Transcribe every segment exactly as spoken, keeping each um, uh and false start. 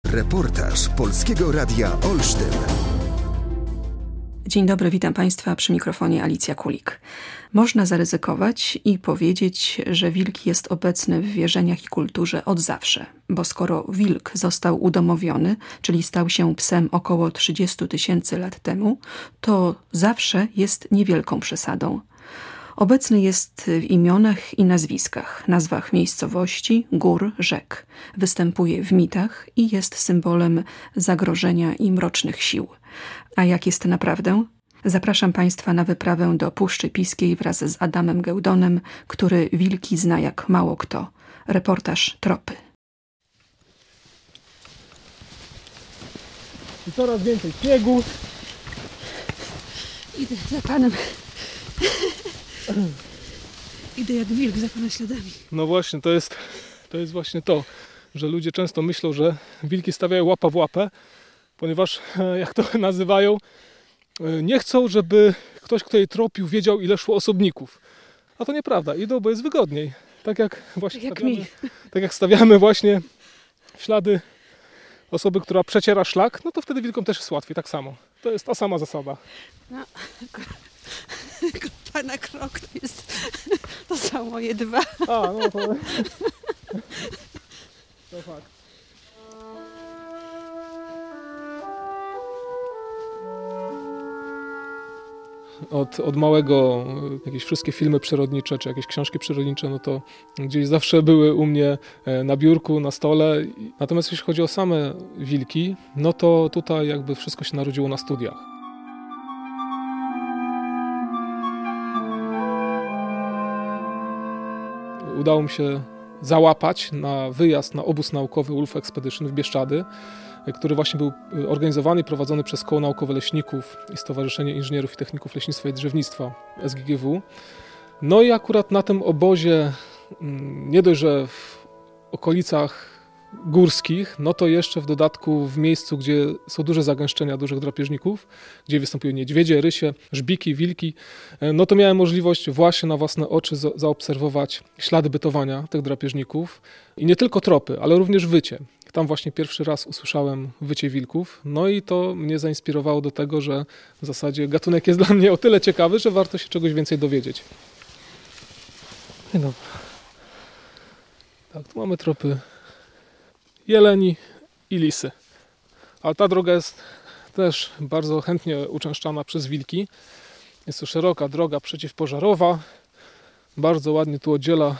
Reportaż Polskiego Radia Olsztyn. Dzień dobry, witam Państwa przy mikrofonie Alicja Kulik. Można zaryzykować i powiedzieć, że wilk jest obecny w wierzeniach i kulturze od zawsze, bo skoro wilk został udomowiony, czyli stał się psem około trzydzieści tysięcy lat temu, to zawsze jest niewielką przesadą. Obecny jest w imionach i nazwiskach, nazwach miejscowości, gór, rzek. Występuje w mitach i jest symbolem zagrożenia i mrocznych sił. A jak jest naprawdę? Zapraszam Państwa na wyprawę do Puszczy Piskiej wraz z Adamem Gełdonem, który wilki zna jak mało kto. Reportaż Tropy. I coraz więcej śniegu. Idę za panem. Idę jak wilk za pana śladami. No właśnie, to jest, to jest właśnie to, że ludzie często myślą, że wilki stawiają łapa w łapę, ponieważ, jak to nazywają, nie chcą, żeby ktoś, kto jej tropił, wiedział, ile szło osobników. A to nieprawda, idą, bo jest wygodniej. Tak jak właśnie tak jak stawiamy, mi. tak jak stawiamy właśnie ślady osoby, która przeciera szlak, no to wtedy wilkom też jest łatwiej, tak samo. To jest ta sama zasada. No, pana krok to jest to samo je dwa. A, no to... to fakt. Od, od małego jakieś wszystkie filmy przyrodnicze, czy jakieś książki przyrodnicze, no to gdzieś zawsze były u mnie na biurku, na stole. Natomiast jeśli chodzi o same wilki, no to tutaj jakby wszystko się narodziło na studiach. Udało mi się załapać na wyjazd na obóz naukowy Wolf Expedition w Bieszczady, który właśnie był organizowany i prowadzony przez Koło Naukowe Leśników i Stowarzyszenie Inżynierów i Techników Leśnictwa i Drzewnictwa S G G W. No i akurat na tym obozie, nie dość, że w okolicach górskich, no to jeszcze w dodatku w miejscu, gdzie są duże zagęszczenia dużych drapieżników, gdzie występują niedźwiedzie, rysie, żbiki, wilki, no to miałem możliwość właśnie na własne oczy za- zaobserwować ślady bytowania tych drapieżników i nie tylko tropy, ale również wycie. Tam właśnie pierwszy raz usłyszałem wycie wilków, no i to mnie zainspirowało do tego, że w zasadzie gatunek jest dla mnie o tyle ciekawy, że warto się czegoś więcej dowiedzieć. No. Tak, tu mamy tropy jeleni i lisy. Ale ta droga jest też bardzo chętnie uczęszczana przez wilki. Jest to szeroka droga przeciwpożarowa. Bardzo ładnie tu oddziela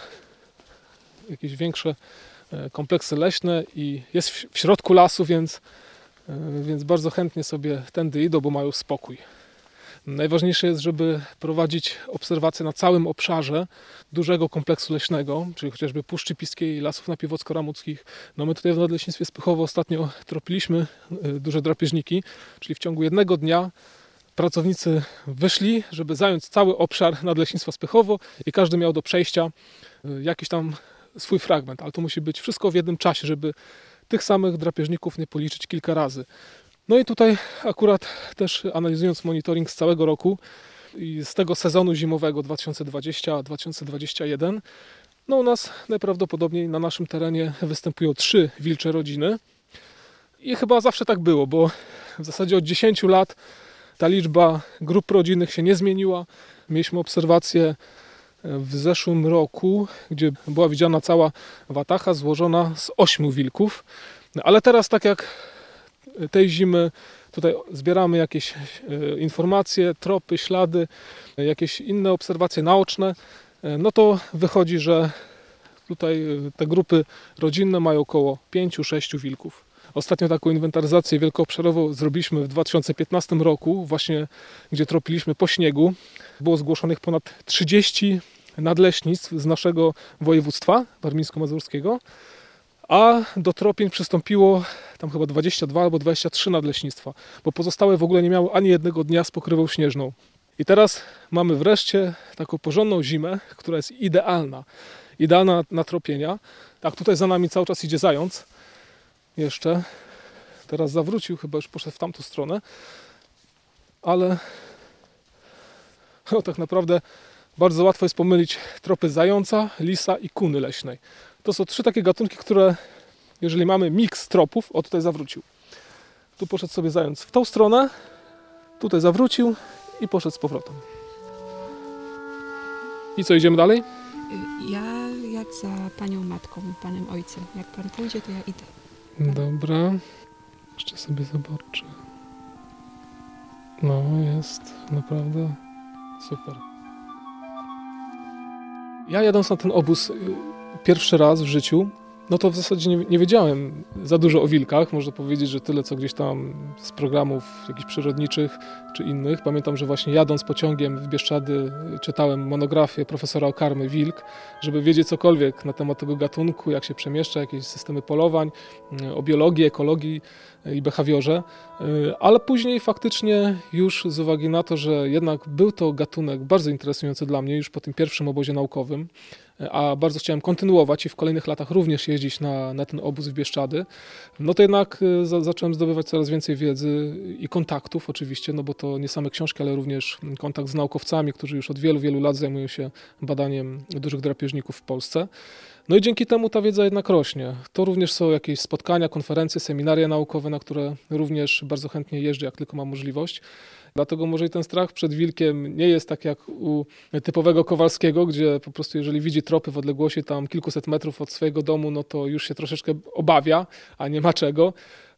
jakieś większe kompleksy leśne i jest w środku lasu, więc, więc bardzo chętnie sobie tędy idą, bo mają spokój. Najważniejsze jest, żeby prowadzić obserwacje na całym obszarze dużego kompleksu leśnego, czyli chociażby Puszczy Piskiej, Lasów Napiewocko-Ramuckich. No my tutaj w Nadleśnictwie Spychowo ostatnio tropiliśmy duże drapieżniki, czyli w ciągu jednego dnia pracownicy wyszli, żeby zająć cały obszar Nadleśnictwa Spychowo i każdy miał do przejścia jakiś tam swój fragment, ale to musi być wszystko w jednym czasie, żeby tych samych drapieżników nie policzyć kilka razy. No i tutaj akurat też analizując monitoring z całego roku i z tego sezonu zimowego dwa tysiące dwudziestego dwa tysiące dwudziestego pierwszego, no u nas najprawdopodobniej na naszym terenie występują trzy wilcze rodziny i chyba zawsze tak było, bo w zasadzie od dziesięciu lat ta liczba grup rodzinnych się nie zmieniła. Mieliśmy obserwację w zeszłym roku, gdzie była widziana cała watacha złożona z ośmiu wilków, ale teraz tak jak tej zimy tutaj zbieramy jakieś informacje, tropy, ślady, jakieś inne obserwacje naoczne, no to wychodzi, że tutaj te grupy rodzinne mają około pięciu sześciu wilków. Ostatnio taką inwentaryzację wielkoobszarową zrobiliśmy w dwa tysiące piętnastym roku, właśnie gdzie tropiliśmy po śniegu. Było zgłoszonych ponad trzydzieści nadleśnictw z naszego województwa warmińsko-mazurskiego, a do tropień przystąpiło tam chyba dwadzieścia dwa albo dwadzieścia trzy nadleśnictwa, bo pozostałe w ogóle nie miały ani jednego dnia z pokrywą śnieżną. I teraz mamy wreszcie taką porządną zimę, która jest idealna, idealna na tropienia. Tak, tutaj za nami cały czas idzie zając. Jeszcze teraz zawrócił, chyba już poszedł w tamtą stronę, ale no, tak naprawdę bardzo łatwo jest pomylić tropy zająca, lisa i kuny leśnej. To są trzy takie gatunki, które jeżeli mamy miks tropów, o tutaj zawrócił. Tu poszedł sobie zając w tą stronę, tutaj zawrócił i poszedł z powrotem. I co, idziemy dalej? Ja jak za panią matką, panem ojcem. Jak pan pójdzie, to ja idę. Dobra. Jeszcze sobie zobaczę. No, jest naprawdę super. Ja jadąc na ten obóz pierwszy raz w życiu, no to w zasadzie nie, nie wiedziałem za dużo o wilkach. Można powiedzieć, że tyle, co gdzieś tam z programów jakichś przyrodniczych czy innych. Pamiętam, że właśnie jadąc pociągiem w Bieszczady czytałem monografię profesora Okarmy Wilk, żeby wiedzieć cokolwiek na temat tego gatunku, jak się przemieszcza, jakieś systemy polowań, o biologii, ekologii i behawiorze. Ale później faktycznie już z uwagi na to, że jednak był to gatunek bardzo interesujący dla mnie już po tym pierwszym obozie naukowym, a bardzo chciałem kontynuować i w kolejnych latach również jeździć na, na ten obóz w Bieszczady, no to jednak za, zacząłem zdobywać coraz więcej wiedzy i kontaktów oczywiście, no bo to nie same książki, ale również kontakt z naukowcami, którzy już od wielu, wielu lat zajmują się badaniem dużych drapieżników w Polsce. No i dzięki temu ta wiedza jednak rośnie. To również są jakieś spotkania, konferencje, seminaria naukowe, na które również bardzo chętnie jeżdżę, jak tylko mam możliwość. Dlatego może i ten strach przed wilkiem nie jest tak jak u typowego Kowalskiego, gdzie po prostu jeżeli widzi tropy w odległości tam kilkuset metrów od swojego domu, no to już się troszeczkę obawia, a nie ma czego.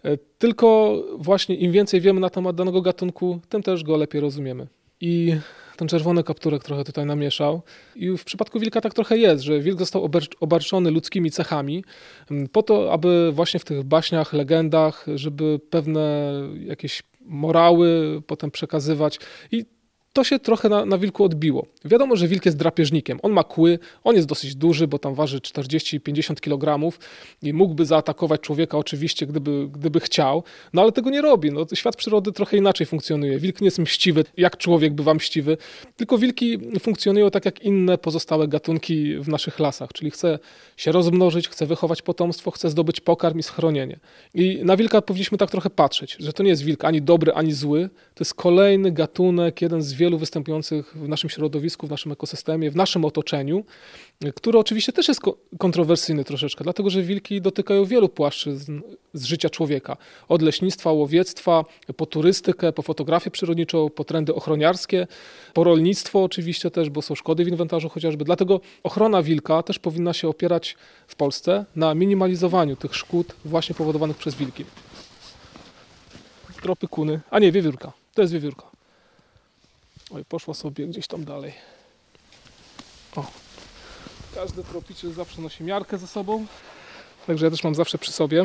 Tylko właśnie im więcej wiemy na temat danego gatunku, tym też go lepiej rozumiemy. I ten czerwony kapturek trochę tutaj namieszał. I w przypadku wilka tak trochę jest, że wilk został obarczony ludzkimi cechami po to, aby właśnie w tych baśniach, legendach, żeby pewne jakieś morały potem przekazywać i to się trochę na, na wilku odbiło. Wiadomo, że wilk jest drapieżnikiem. On ma kły, on jest dosyć duży, bo tam waży czterdzieści pięćdziesiąt kilogramów i mógłby zaatakować człowieka oczywiście, gdyby, gdyby chciał, no ale tego nie robi. No, świat przyrody trochę inaczej funkcjonuje. Wilk nie jest mściwy, jak człowiek bywa mściwy, tylko wilki funkcjonują tak jak inne pozostałe gatunki w naszych lasach, czyli chce się rozmnożyć, chce wychować potomstwo, chce zdobyć pokarm i schronienie. I na wilka powinniśmy tak trochę patrzeć, że to nie jest wilk ani dobry, ani zły, to jest kolejny gatunek, jeden z wielu występujących w naszym środowisku, w naszym ekosystemie, w naszym otoczeniu, który oczywiście też jest kontrowersyjny troszeczkę, dlatego że wilki dotykają wielu płaszczyzn z życia człowieka. Od leśnictwa, łowiectwa, po turystykę, po fotografię przyrodniczą, po trendy ochroniarskie, po rolnictwo oczywiście też, bo są szkody w inwentarzu chociażby. Dlatego ochrona wilka też powinna się opierać w Polsce na minimalizowaniu tych szkód właśnie powodowanych przez wilki. Tropy kuny, a nie, wiewiórka. To jest wiewiórka. Oj, poszła sobie gdzieś tam dalej. O. Każdy tropiciel zawsze nosi miarkę ze sobą. Także ja też mam zawsze przy sobie.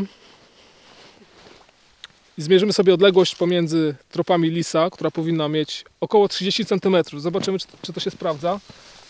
I zmierzymy sobie odległość pomiędzy tropami lisa, która powinna mieć około trzydzieści centymetrów. Zobaczymy, czy, czy to się sprawdza.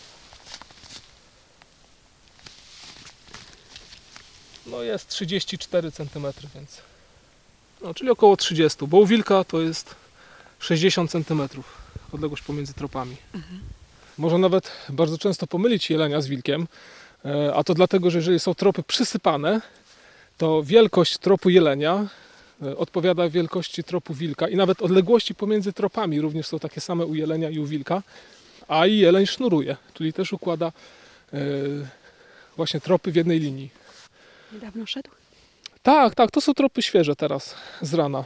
No jest trzydzieści cztery centymetry, więc... No, czyli około trzydzieści, bo u wilka to jest sześćdziesiąt centymetrów. Odległość pomiędzy tropami. Mhm. Można nawet bardzo często pomylić jelenia z wilkiem, a to dlatego, że jeżeli są tropy przysypane, to wielkość tropu jelenia odpowiada wielkości tropu wilka i nawet odległości pomiędzy tropami również są takie same u jelenia i u wilka, a i jeleń sznuruje, czyli też układa właśnie tropy w jednej linii. Niedawno szedł? Tak, tak, to są tropy świeże teraz, z rana.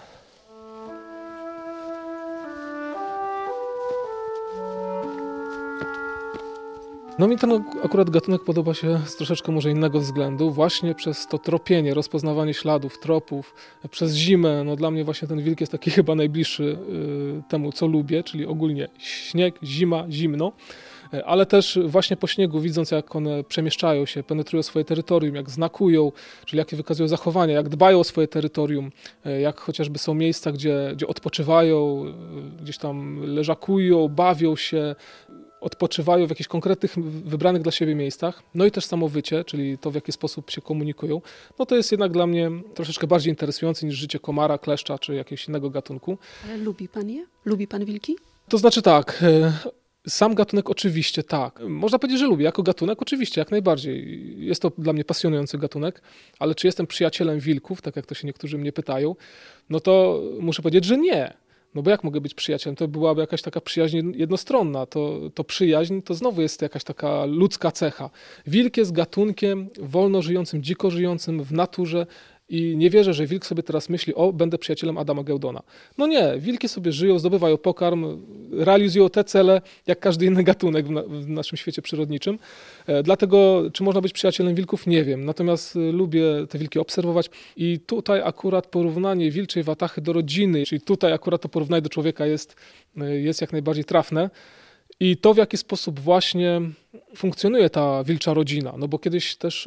No mi ten akurat gatunek podoba się z troszeczkę może innego względu, właśnie przez to tropienie, rozpoznawanie śladów, tropów, przez zimę. No dla mnie właśnie ten wilk jest taki chyba najbliższy y, temu, co lubię, czyli ogólnie śnieg, zima, zimno, ale też właśnie po śniegu, widząc jak one przemieszczają się, penetrują swoje terytorium, jak znakują, czyli jakie wykazują zachowania, jak dbają o swoje terytorium, jak chociażby są miejsca, gdzie, gdzie odpoczywają, gdzieś tam leżakują, bawią się, odpoczywają w jakichś konkretnych, wybranych dla siebie miejscach. No i też samo wycie, czyli to, w jaki sposób się komunikują. No to jest jednak dla mnie troszeczkę bardziej interesujące niż życie komara, kleszcza czy jakiegoś innego gatunku. Ale lubi pan je? Lubi pan wilki? To znaczy tak, sam gatunek oczywiście tak. Można powiedzieć, że lubię. Jako gatunek oczywiście, jak najbardziej. Jest to dla mnie pasjonujący gatunek, ale czy jestem przyjacielem wilków, tak jak to się niektórzy mnie pytają, no to muszę powiedzieć, że nie. No bo jak mogę być przyjacielem? To byłaby jakaś taka przyjaźń jednostronna. To, to przyjaźń to znowu jest jakaś taka ludzka cecha. Wilk jest gatunkiem wolno żyjącym, dziko żyjącym w naturze I nie wierzę, że wilk sobie teraz myśli, o, będę przyjacielem Adama Geldona. No nie, wilki sobie żyją, zdobywają pokarm, realizują te cele, jak każdy inny gatunek w, na, w naszym świecie przyrodniczym. E, dlatego, czy można być przyjacielem wilków, nie wiem. Natomiast e, lubię te wilki obserwować i tutaj akurat porównanie wilczej watachy do rodziny, czyli tutaj akurat to porównanie do człowieka jest, e, jest jak najbardziej trafne. I to, w jaki sposób właśnie funkcjonuje ta wilcza rodzina. No bo kiedyś też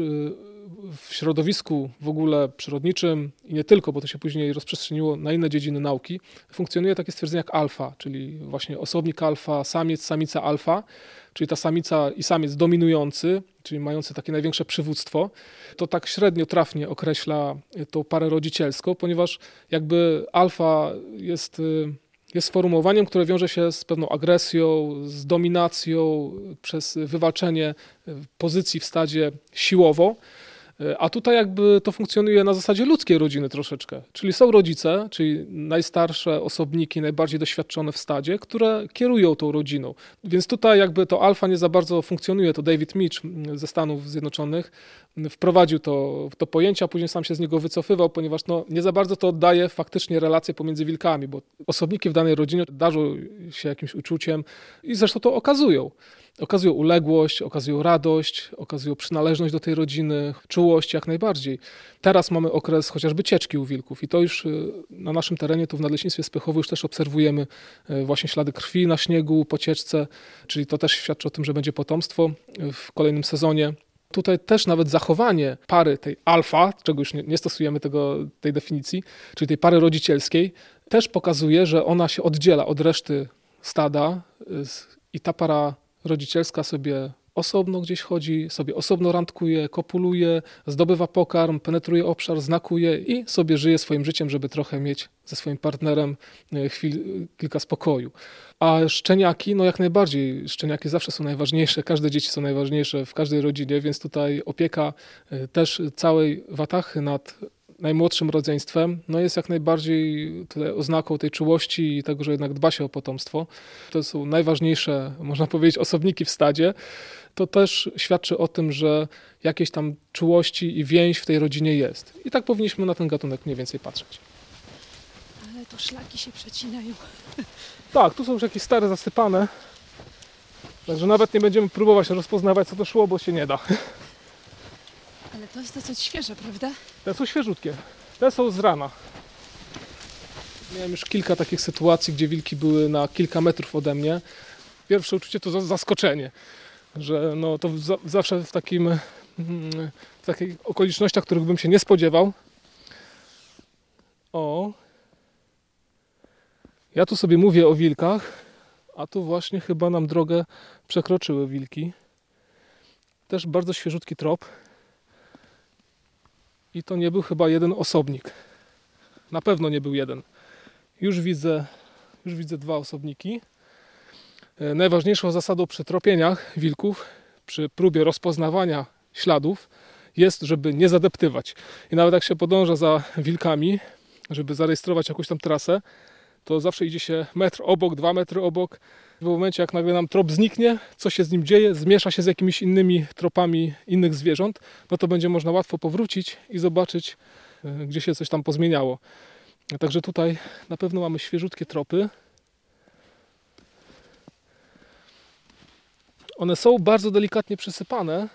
w środowisku w ogóle przyrodniczym i nie tylko, bo to się później rozprzestrzeniło na inne dziedziny nauki, funkcjonuje takie stwierdzenie jak alfa, czyli właśnie osobnik alfa, samiec, samica alfa, czyli ta samica i samiec dominujący, czyli mający takie największe przywództwo. To tak średnio trafnie określa tą parę rodzicielską, ponieważ jakby alfa jest... jest sformułowaniem, które wiąże się z pewną agresją, z dominacją, przez wywalczenie pozycji w stadzie siłowo. A tutaj jakby to funkcjonuje na zasadzie ludzkiej rodziny troszeczkę. Czyli są rodzice, czyli najstarsze osobniki, najbardziej doświadczone w stadzie, które kierują tą rodziną. Więc tutaj jakby to alfa nie za bardzo funkcjonuje. To David Mitch ze Stanów Zjednoczonych wprowadził to, to pojęcie, a później sam się z niego wycofywał, ponieważ no, nie za bardzo to oddaje faktycznie relacje pomiędzy wilkami, bo osobniki w danej rodzinie darzą się jakimś uczuciem i zresztą to okazują. Okazują uległość, okazują radość, okazują przynależność do tej rodziny, czułość jak najbardziej. Teraz mamy okres chociażby cieczki u wilków i to już na naszym terenie, tu w Nadleśnictwie Spychowo już też obserwujemy właśnie ślady krwi na śniegu po cieczce, czyli to też świadczy o tym, że będzie potomstwo w kolejnym sezonie. Tutaj też nawet zachowanie pary tej alfa, czego już nie, nie stosujemy tego, tej definicji, czyli tej pary rodzicielskiej, też pokazuje, że ona się oddziela od reszty stada i ta para rodzicielska sobie osobno gdzieś chodzi, sobie osobno randkuje, kopuluje, zdobywa pokarm, penetruje obszar, znakuje i sobie żyje swoim życiem, żeby trochę mieć ze swoim partnerem chwil, kilka spokoju. A szczeniaki, no jak najbardziej, szczeniaki zawsze są najważniejsze, każde dzieci są najważniejsze w każdej rodzinie, więc tutaj opieka też całej watachy nad najmłodszym rodzeństwem, no jest jak najbardziej tutaj oznaką tej czułości i tego, że jednak dba się o potomstwo. To są najważniejsze, można powiedzieć, osobniki w stadzie. To też świadczy o tym, że jakieś tam czułości i więź w tej rodzinie jest. I tak powinniśmy na ten gatunek mniej więcej patrzeć. Ale to szlaki się przecinają. Tak, tu są już jakieś stare, zasypane. Także nawet nie będziemy próbować rozpoznawać, co to szło, bo się nie da. Ale to jest dosyć świeże, prawda? Te są świeżutkie. Te są z rana. Miałem już kilka takich sytuacji, gdzie wilki były na kilka metrów ode mnie. Pierwsze uczucie to zaskoczenie, że no to za, zawsze w takim w takich okolicznościach, których bym się nie spodziewał. O. Ja tu sobie mówię o wilkach, a tu właśnie chyba nam drogę przekroczyły wilki. Też bardzo świeżutki trop. I to nie był chyba jeden osobnik. Na pewno nie był jeden. Już widzę, już widzę dwa osobniki. Najważniejszą zasadą przy tropieniach wilków, przy próbie rozpoznawania śladów jest, żeby nie zadeptywać. I nawet jak się podąża za wilkami, żeby zarejestrować jakąś tam trasę, to zawsze idzie się metr obok, dwa metry obok. W momencie, jak nagle nam trop zniknie, co się z nim dzieje, zmiesza się z jakimiś innymi tropami innych zwierząt, no to będzie można łatwo powrócić i zobaczyć, gdzie się coś tam pozmieniało. Także tutaj na pewno mamy świeżutkie tropy. One są bardzo delikatnie przysypane,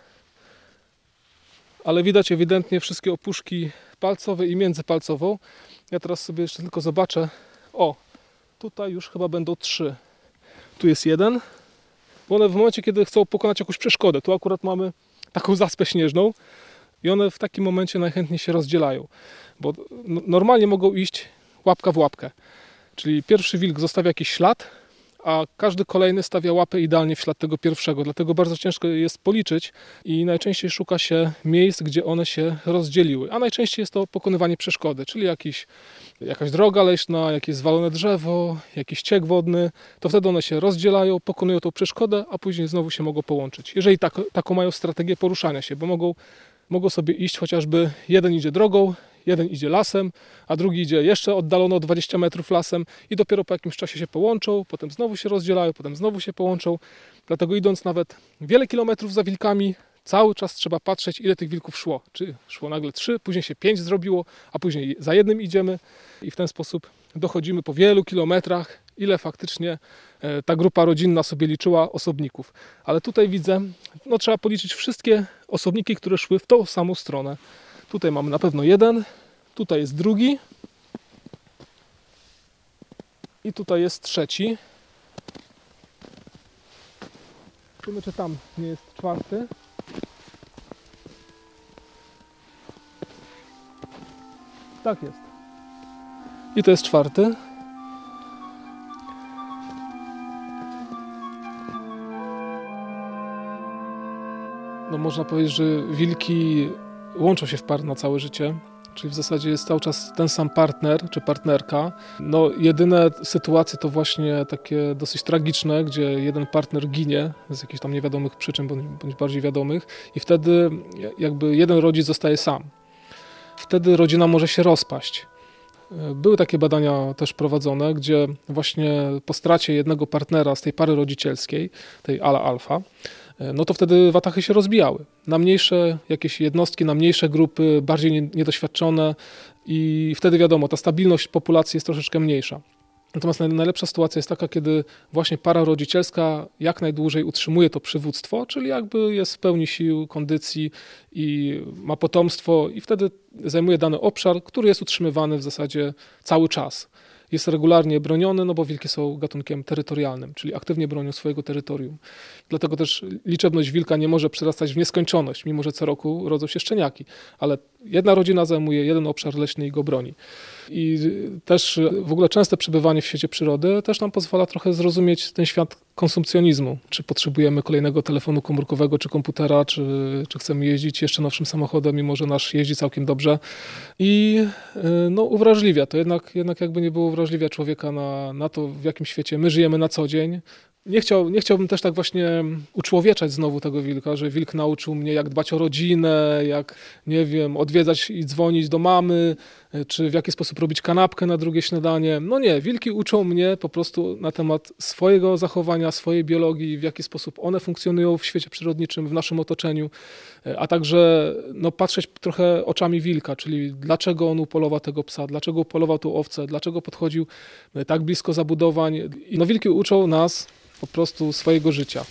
ale widać ewidentnie wszystkie opuszki palcowe i międzypalcową. Ja teraz sobie jeszcze tylko zobaczę. O, tutaj już chyba będą trzy. Tu jest jeden, bo one w momencie, kiedy chcą pokonać jakąś przeszkodę, tu akurat mamy taką zaspę śnieżną i one w takim momencie najchętniej się rozdzielają, bo normalnie mogą iść łapka w łapkę, czyli pierwszy wilk zostawia jakiś ślad, a każdy kolejny stawia łapę idealnie w ślad tego pierwszego, dlatego bardzo ciężko jest policzyć i najczęściej szuka się miejsc, gdzie one się rozdzieliły, a najczęściej jest to pokonywanie przeszkody, czyli jakiś, jakaś droga leśna, jakieś zwalone drzewo, jakiś ciek wodny, to wtedy one się rozdzielają, pokonują tą przeszkodę, a później znowu się mogą połączyć, jeżeli tak, taką mają strategię poruszania się, bo mogą, mogą sobie iść chociażby, jeden idzie drogą, jeden idzie lasem, a drugi idzie jeszcze oddalono o dwadzieścia metrów lasem i dopiero po jakimś czasie się połączą, potem znowu się rozdzielają, potem znowu się połączą. Dlatego idąc nawet wiele kilometrów za wilkami, cały czas trzeba patrzeć, ile tych wilków szło. Czy szło nagle trzy, później się pięć zrobiło, a później za jednym idziemy i w ten sposób dochodzimy po wielu kilometrach, ile faktycznie ta grupa rodzinna sobie liczyła osobników. Ale tutaj widzę, no trzeba policzyć wszystkie osobniki, które szły w tą samą stronę. Tutaj mamy na pewno jeden, tutaj jest drugi i tutaj jest trzeci. Zobaczymy, czy tam nie jest czwarty. Tak jest. I to jest czwarty. No można powiedzieć, że wilki łączą się w par na całe życie. Czyli w zasadzie jest cały czas ten sam partner czy partnerka. No jedyne sytuacje to właśnie takie dosyć tragiczne, gdzie jeden partner ginie z jakichś tam niewiadomych przyczyn, bądź, bądź bardziej wiadomych i wtedy jakby jeden rodzic zostaje sam. Wtedy rodzina może się rozpaść. Były takie badania też prowadzone, gdzie właśnie po stracie jednego partnera z tej pary rodzicielskiej, tej ala alfa, no to wtedy watachy się rozbijały. Na mniejsze jakieś jednostki, na mniejsze grupy, bardziej niedoświadczone i wtedy wiadomo, ta stabilność populacji jest troszeczkę mniejsza. Natomiast najlepsza sytuacja jest taka, kiedy właśnie para rodzicielska jak najdłużej utrzymuje to przywództwo, czyli jakby jest w pełni sił, kondycji i ma potomstwo i wtedy zajmuje dany obszar, który jest utrzymywany w zasadzie cały czas. Jest regularnie broniony, no bo wilki są gatunkiem terytorialnym, czyli aktywnie bronią swojego terytorium. Dlatego też liczebność wilka nie może przyrastać w nieskończoność, mimo że co roku rodzą się szczeniaki, ale jedna rodzina zajmuje jeden obszar leśny i go broni. I też w ogóle częste przebywanie w świecie przyrody też nam pozwala trochę zrozumieć ten świat konsumpcjonizmu. Czy potrzebujemy kolejnego telefonu komórkowego, czy komputera, czy, czy chcemy jeździć jeszcze nowszym samochodem, mimo że nasz jeździ całkiem dobrze. I no, uwrażliwia. To jednak, jednak jakby nie było uwrażliwia człowieka na, na to, w jakim świecie my żyjemy na co dzień. Nie, chciał, nie chciałbym też tak właśnie uczłowieczać znowu tego wilka, że wilk nauczył mnie, jak dbać o rodzinę, jak, nie wiem, odwiedzać i dzwonić do mamy, czy w jaki sposób robić kanapkę na drugie śniadanie. No nie, wilki uczą mnie po prostu na temat swojego zachowania, swojej biologii, w jaki sposób one funkcjonują w świecie przyrodniczym, w naszym otoczeniu, a także no, patrzeć trochę oczami wilka, czyli dlaczego on upolował tego psa, dlaczego upolował tą owcę, dlaczego podchodził tak blisko zabudowań. I no, wilki uczą nas po prostu swojego życia.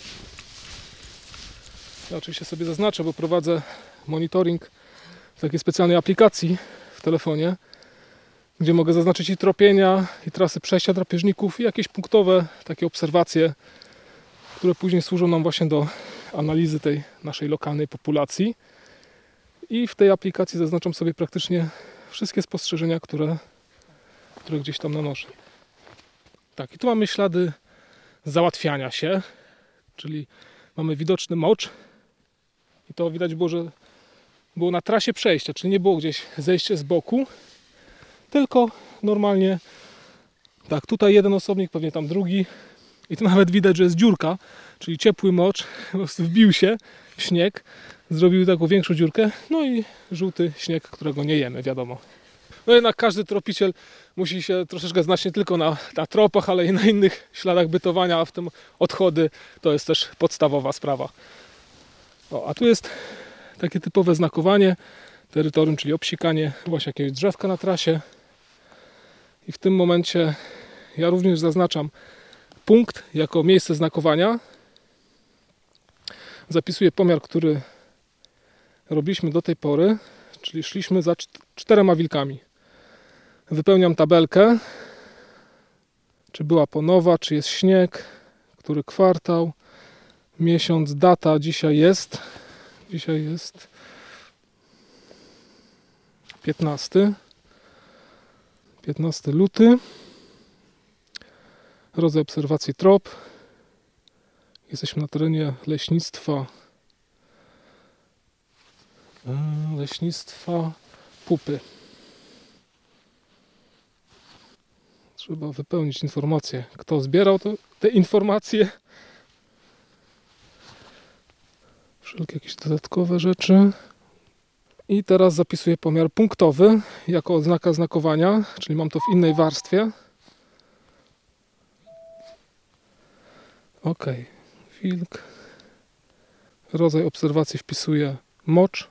Ja oczywiście sobie zaznaczę, bo prowadzę monitoring w takiej specjalnej aplikacji w telefonie, gdzie mogę zaznaczyć i tropienia, i trasy przejścia drapieżników, i jakieś punktowe takie obserwacje, które później służą nam właśnie do analizy tej naszej lokalnej populacji. I w tej aplikacji zaznaczam sobie praktycznie wszystkie spostrzeżenia, które, które gdzieś tam nanoszę. Tak, i tu mamy ślady załatwiania się, czyli mamy widoczny mocz i to widać było, że było na trasie przejścia, czyli nie było gdzieś zejście z boku, tylko normalnie tak, tutaj jeden osobnik, pewnie tam drugi i tu nawet widać, że jest dziurka, czyli ciepły mocz po prostu wbił się w śnieg, zrobił taką większą dziurkę, no i żółty śnieg, którego nie jemy, wiadomo. No jednak każdy tropiciel musi się troszeczkę znać nie tylko na, na tropach, ale i na innych śladach bytowania, a w tym odchody to jest też podstawowa sprawa. O, a tu jest takie typowe znakowanie terytorium, czyli obsikanie właśnie jakiegoś drzewka na trasie. I w tym momencie ja również zaznaczam punkt jako miejsce znakowania. Zapisuję pomiar, który robiliśmy do tej pory, czyli szliśmy za czterema wilkami. Wypełniam tabelkę, czy była ponowa, czy jest śnieg, który kwartał, miesiąc, data dzisiaj jest. Dzisiaj jest piętnasty luty. Rodzaj obserwacji trop. Jesteśmy na terenie leśnictwa leśnictwa Pupy. Trzeba wypełnić informacje, kto zbierał to, te informacje. Wszelkie jakieś dodatkowe rzeczy. I teraz zapisuję pomiar punktowy jako odznaka znakowania, czyli mam to w innej warstwie. Ok, wilk rodzaj obserwacji wpisuję mocz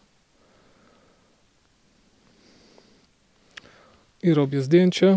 i robię zdjęcie.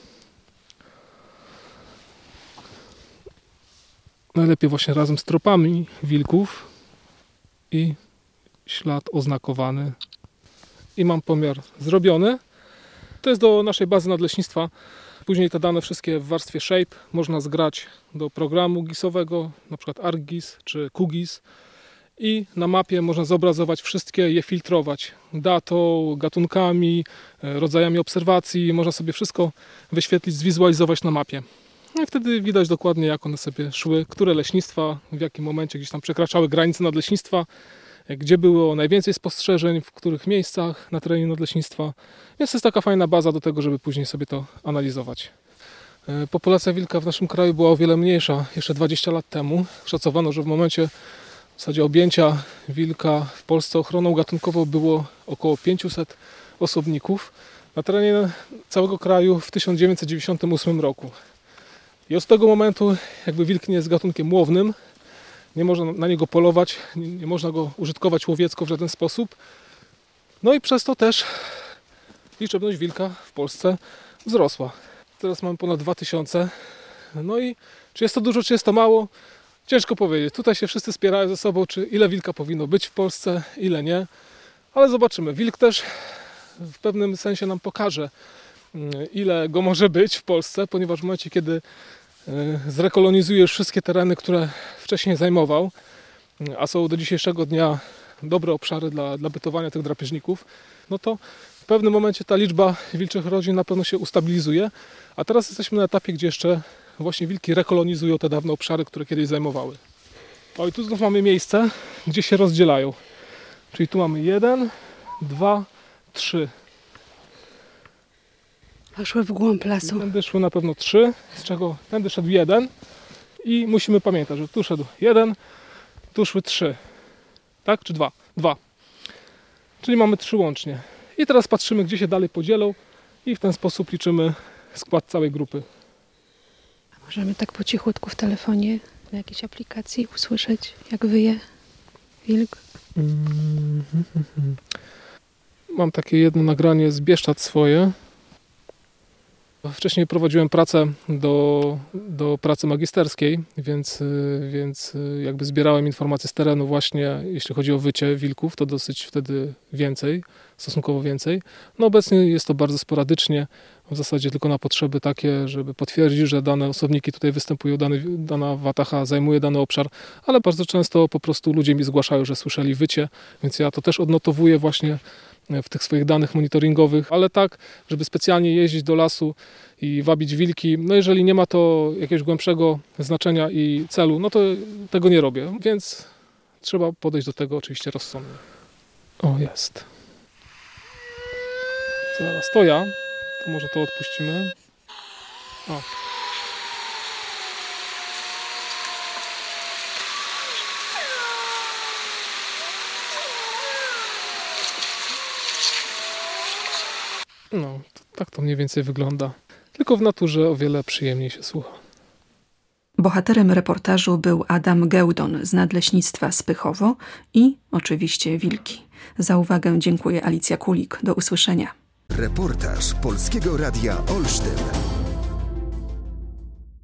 Najlepiej właśnie razem z tropami wilków i ślad oznakowany. I mam pomiar zrobiony. To jest do naszej bazy nadleśnictwa. Później te dane wszystkie w warstwie shape można zgrać do programu gisowego, na przykład ArcGIS czy QGIS. I na mapie można zobrazować wszystkie, je filtrować datą, gatunkami, rodzajami obserwacji. Można sobie wszystko wyświetlić, zwizualizować na mapie. I wtedy widać dokładnie, jak one sobie szły, które leśnictwa, w jakim momencie gdzieś tam przekraczały granice nadleśnictwa, gdzie było najwięcej spostrzeżeń, w których miejscach na terenie nadleśnictwa. Więc to jest taka fajna baza do tego, żeby później sobie to analizować. Populacja wilka w naszym kraju była o wiele mniejsza jeszcze dwadzieścia lat temu. Szacowano, że w momencie w zasadzie objęcia wilka w Polsce ochroną gatunkową było około pięćset osobników na terenie całego kraju w tysiąc dziewięćset dziewięćdziesiątym ósmym roku. I od tego momentu jakby wilk nie jest gatunkiem łownym, nie można na niego polować, nie, nie można go użytkować łowiecko w żaden sposób. No i przez to też liczebność wilka w Polsce wzrosła. Teraz mamy ponad dwa tysiące. No i czy jest to dużo, czy jest to mało? Ciężko powiedzieć. Tutaj się wszyscy spierają ze sobą, czy ile wilka powinno być w Polsce, ile nie. Ale zobaczymy. Wilk też w pewnym sensie nam pokaże, ile go może być w Polsce, ponieważ w momencie, kiedy zrekolonizuje już wszystkie tereny, które wcześniej zajmował, a są do dzisiejszego dnia dobre obszary dla, dla bytowania tych drapieżników, no to w pewnym momencie ta liczba wilczych rodzin na pewno się ustabilizuje, a teraz jesteśmy na etapie, gdzie jeszcze właśnie wilki rekolonizują te dawne obszary, które kiedyś zajmowały. O, i tu znów mamy miejsce, gdzie się rozdzielają. Czyli tu mamy jeden, dwa, trzy. Poszły w głąb lasu. Tędy szły na pewno trzy, z czego tędy szedł jeden i musimy pamiętać, że tu szedł jeden, tu szły trzy. Tak? Czy dwa? Dwa. Czyli mamy trzy łącznie. I teraz patrzymy, gdzie się dalej podzielą i w ten sposób liczymy skład całej grupy. Możemy tak po cichutku w telefonie na jakiejś aplikacji usłyszeć, jak wyje wilk. Mam takie jedno nagranie z Bieszczad swoje. Wcześniej prowadziłem pracę do, do pracy magisterskiej, więc, więc jakby zbierałem informacje z terenu właśnie, jeśli chodzi o wycie wilków, to dosyć wtedy więcej, stosunkowo więcej. No obecnie jest to bardzo sporadycznie, w zasadzie tylko na potrzeby takie, żeby potwierdzić, że dane osobniki tutaj występują, dany, dana watacha zajmuje dany obszar, ale bardzo często po prostu ludzie mi zgłaszają, że słyszeli wycie, więc ja to też odnotowuję właśnie w tych swoich danych monitoringowych, ale tak, żeby specjalnie jeździć do lasu i wabić wilki, no jeżeli nie ma to jakiegoś głębszego znaczenia i celu, no to tego nie robię, więc trzeba podejść do tego oczywiście rozsądnie. O, jest. Zaraz to ja, to może to odpuścimy. O. No, to, tak to mniej więcej wygląda. Tylko w naturze o wiele przyjemniej się słucha. Bohaterem reportażu był Adam Gełdon z Nadleśnictwa Spychowo i oczywiście wilki. Za uwagę dziękuję Alicja Kulik. Do usłyszenia. Reportaż Polskiego Radia Olsztyn.